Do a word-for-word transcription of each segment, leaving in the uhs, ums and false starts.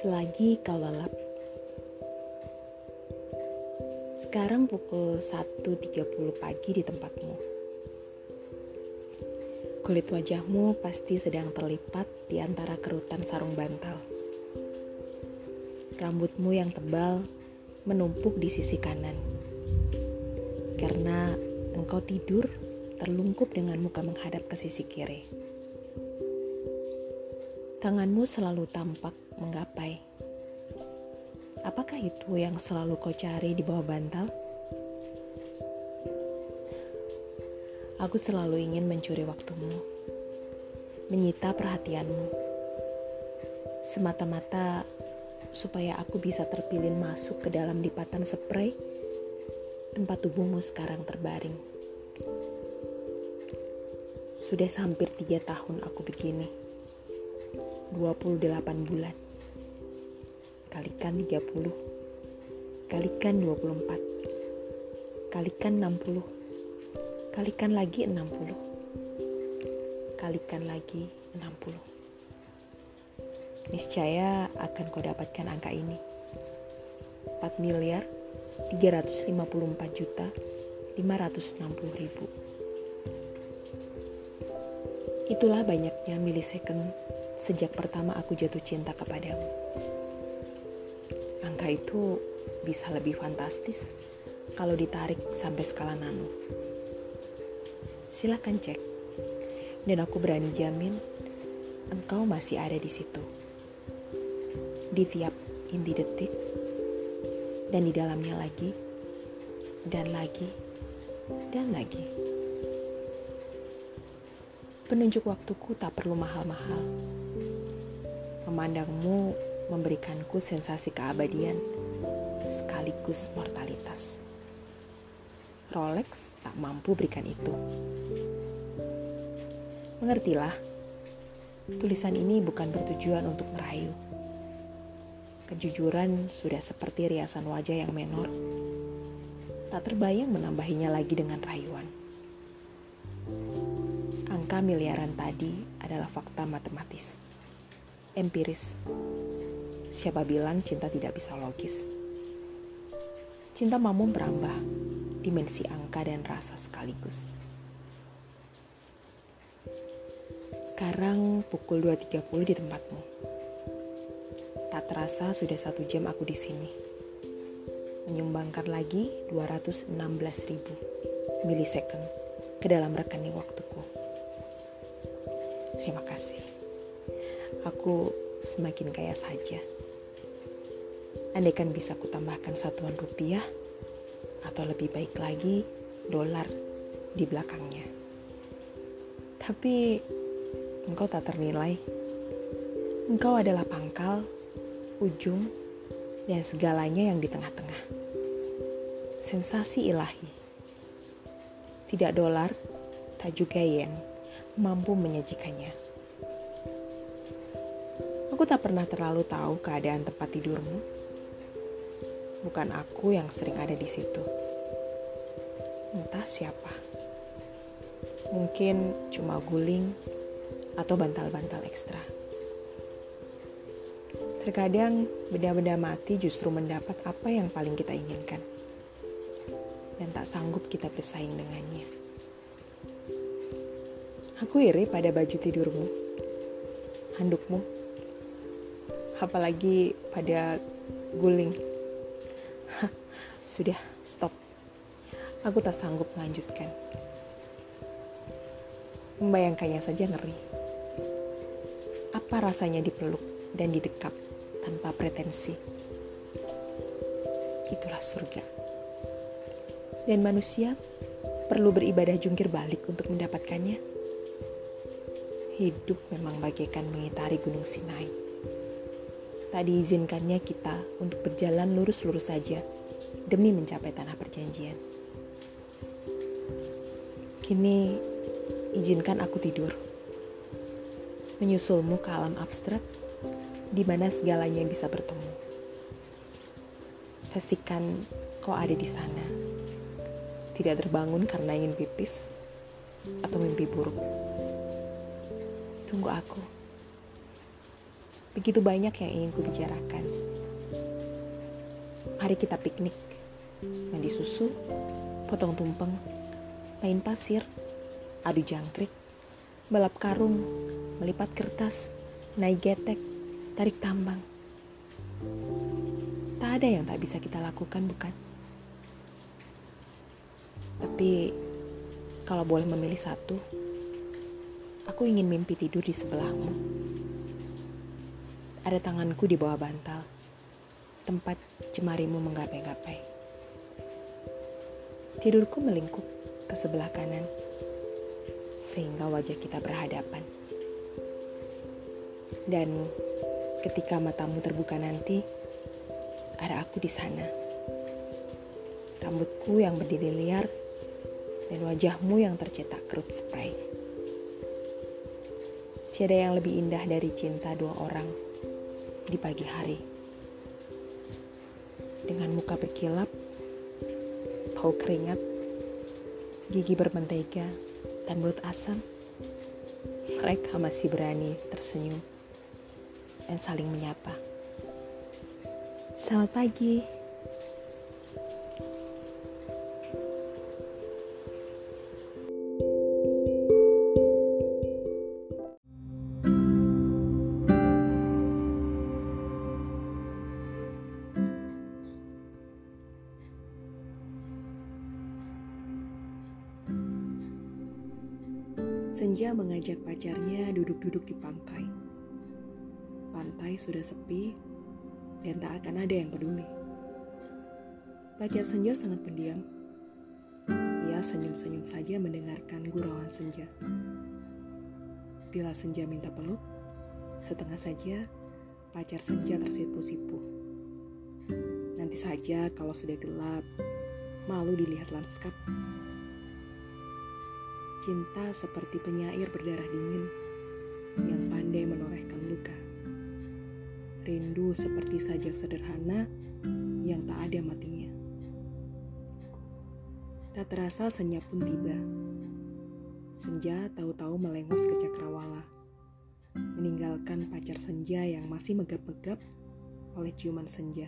Selagi kau lelap. Sekarang pukul satu tiga puluh pagi di tempatmu. Kulit wajahmu pasti sedang terlipat di antara kerutan sarung bantal. Rambutmu yang tebal menumpuk di sisi kanan. Karena engkau tidur terlungkup dengan muka menghadap ke sisi kiri. Tanganmu selalu tampak menggapai. Apakah itu yang selalu kau cari di bawah bantal? Aku selalu ingin mencuri waktumu, menyita perhatianmu, semata-mata supaya aku bisa terpilih masuk ke dalam lipatan spray tempat tubuhmu sekarang terbaring. Sudah hampir tiga tahun aku begini, dua puluh delapan bulan. Kalikan tiga puluh, kalikan dua puluh empat, kalikan enam puluh, kalikan lagi enam puluh, kalikan lagi enam puluh. Niscaya akan kau dapatkan angka ini. empat miliar tiga ratus lima puluh empat juta lima ratus enam puluh ribu. Itulah banyaknya milisecond sejak pertama aku jatuh cinta kepadamu. Angka itu bisa lebih fantastis kalau ditarik sampai skala nano. Silakan cek, dan aku berani jamin engkau masih ada di situ, di tiap inti detik, dan di dalamnya lagi, dan lagi, dan lagi. Penunjuk waktuku tak perlu mahal-mahal. Memandangmu memberikanku sensasi keabadian sekaligus mortalitas. Rolex tak mampu berikan itu. Mengertilah, tulisan ini bukan bertujuan untuk merayu. Kejujuran sudah seperti riasan wajah yang menor. Tak terbayang menambahinya lagi dengan rayuan. Angka miliaran tadi adalah fakta matematis, empiris. Siapa bilang cinta tidak bisa logis? Cinta mampu berambah dimensi angka dan rasa sekaligus. Sekarang pukul dua tiga puluh di tempatmu. Tak terasa sudah satu jam aku di sini. Menyumbangkan lagi dua ratus enam belas ribu milisecond ke dalam rekening waktuku. Terima kasih. Aku semakin kaya saja. Andaikan bisa kutambahkan satuan rupiah, atau lebih baik lagi, dolar di belakangnya. Tapi engkau tak ternilai. Engkau adalah pangkal, ujung, dan segalanya yang di tengah-tengah. Sensasi ilahi. Tidak dolar, tak juga yen, mampu menyajikannya. Aku tak pernah terlalu tahu keadaan tempat tidurmu. Bukan aku yang sering ada di situ. Entah siapa. Mungkin cuma guling atau bantal-bantal ekstra. Terkadang benda-benda mati justru mendapat apa yang paling kita inginkan. Dan tak sanggup kita bersaing dengannya. Aku iri pada baju tidurmu, handukmu, apalagi pada guling. Sudah, stop. Aku tak sanggup melanjutkan. Membayangkannya saja ngeri. Apa rasanya dipeluk dan didekap tanpa pretensi? Itulah surga. Dan manusia perlu beribadah jungkir balik untuk mendapatkannya. Hidup memang bagaikan mengitari gunung Sinai. Tak diizinkannya kita untuk berjalan lurus-lurus saja demi mencapai tanah perjanjian. Kini, izinkan aku tidur. Menyusulmu ke alam abstrak, di mana segalanya bisa bertemu. Pastikan kau ada di sana. Tidak terbangun karena ingin pipis atau mimpi buruk. Tunggu aku. Begitu banyak yang ingin kubicarakan. Mari kita piknik, mandi susu, potong tumpeng, main pasir, adu jangkrik, balap karung, melipat kertas, naik getek, tarik tambang. Tak ada yang tak bisa kita lakukan, bukan? Tapi kalau boleh memilih satu, aku ingin mimpi tidur di sebelahmu. Ada tanganku di bawah bantal, tempat jemarimu menggapai-gapai. Tidurku melingkup ke sebelah kanan, sehingga wajah kita berhadapan. Dan ketika matamu terbuka nanti, ada aku di sana. Rambutku yang berdiri liar, dan wajahmu yang tercetak kerut spray. Tiada yang lebih indah dari cinta dua orang di pagi hari. Dengan muka berkilap, bau keringat, gigi bermentega, dan mulut asam, mereka masih berani tersenyum dan saling menyapa. Selamat pagi. Senja mengajak pacarnya duduk-duduk di pantai. Pantai sudah sepi dan tak akan ada yang peduli. Pacar Senja sangat pendiam. Ia senyum-senyum saja mendengarkan gurauan Senja. Bila Senja minta peluk, setengah saja pacar Senja tersipu-sipu. Nanti saja kalau sudah gelap, malu dilihat lanskap. Cinta seperti penyair berdarah dingin yang pandai menorehkan luka. Rindu seperti sajak sederhana yang tak ada matinya. Tak terasa senyap pun tiba. Senja tahu-tahu melengos ke cakrawala, meninggalkan pacar Senja yang masih megap-megap oleh ciuman Senja.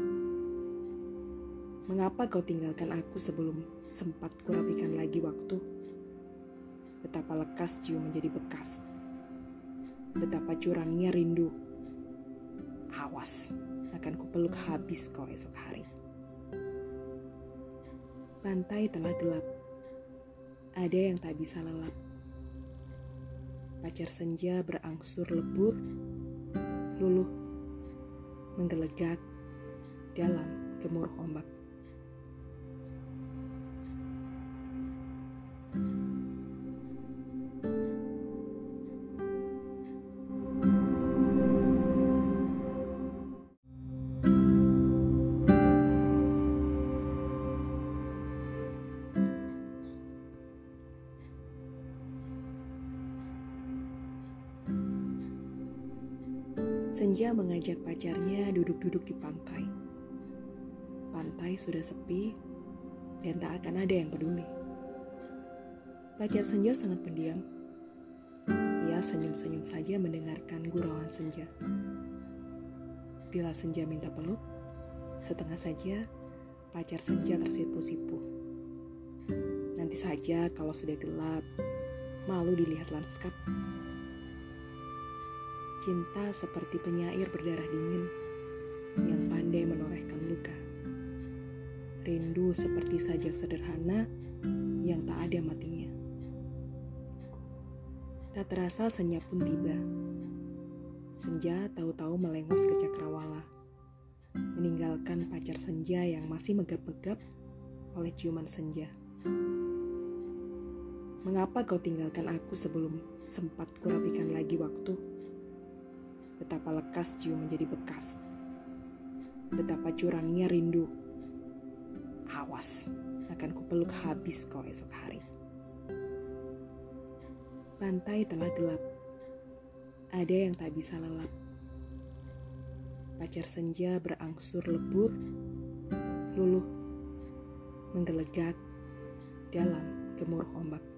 Mengapa kau tinggalkan aku sebelum sempat kurapikan lagi waktu? Betapa lekas cium menjadi bekas. Betapa curangnya rindu. Awas, akan kupeluk habis kau esok hari. Pantai telah gelap. Ada yang tak bisa lelap. Pacar Senja berangsur lebur, luluh, menggelegak dalam gemuruh ombak. Senja mengajak pacarnya duduk-duduk di pantai. Pantai sudah sepi dan tak akan ada yang peduli. Pacar Senja sangat pendiam. Ia senyum-senyum saja mendengarkan gurauan Senja. Bila Senja minta peluk, setengah saja pacar Senja tersipu-sipu. Nanti saja kalau sudah gelap, malu dilihat lanskap. Cinta seperti penyair berdarah dingin yang pandai menorehkan luka. Rindu seperti sajak sederhana yang tak ada matinya. Tak terasa senyap pun tiba. Senja tahu-tahu melengos ke cakrawala, meninggalkan pacar Senja yang masih megap-megap oleh ciuman Senja. Mengapa kau tinggalkan aku sebelum sempat kurapikan lagi waktu? Betapa lekas cium menjadi bekas. Betapa curangnya rindu. Awas, akan kupeluk habis kau esok hari. Pantai telah gelap. Ada yang tak bisa lelap. Pacar Senja berangsur lebur, luluh, menggelegak dalam gemuruh ombak.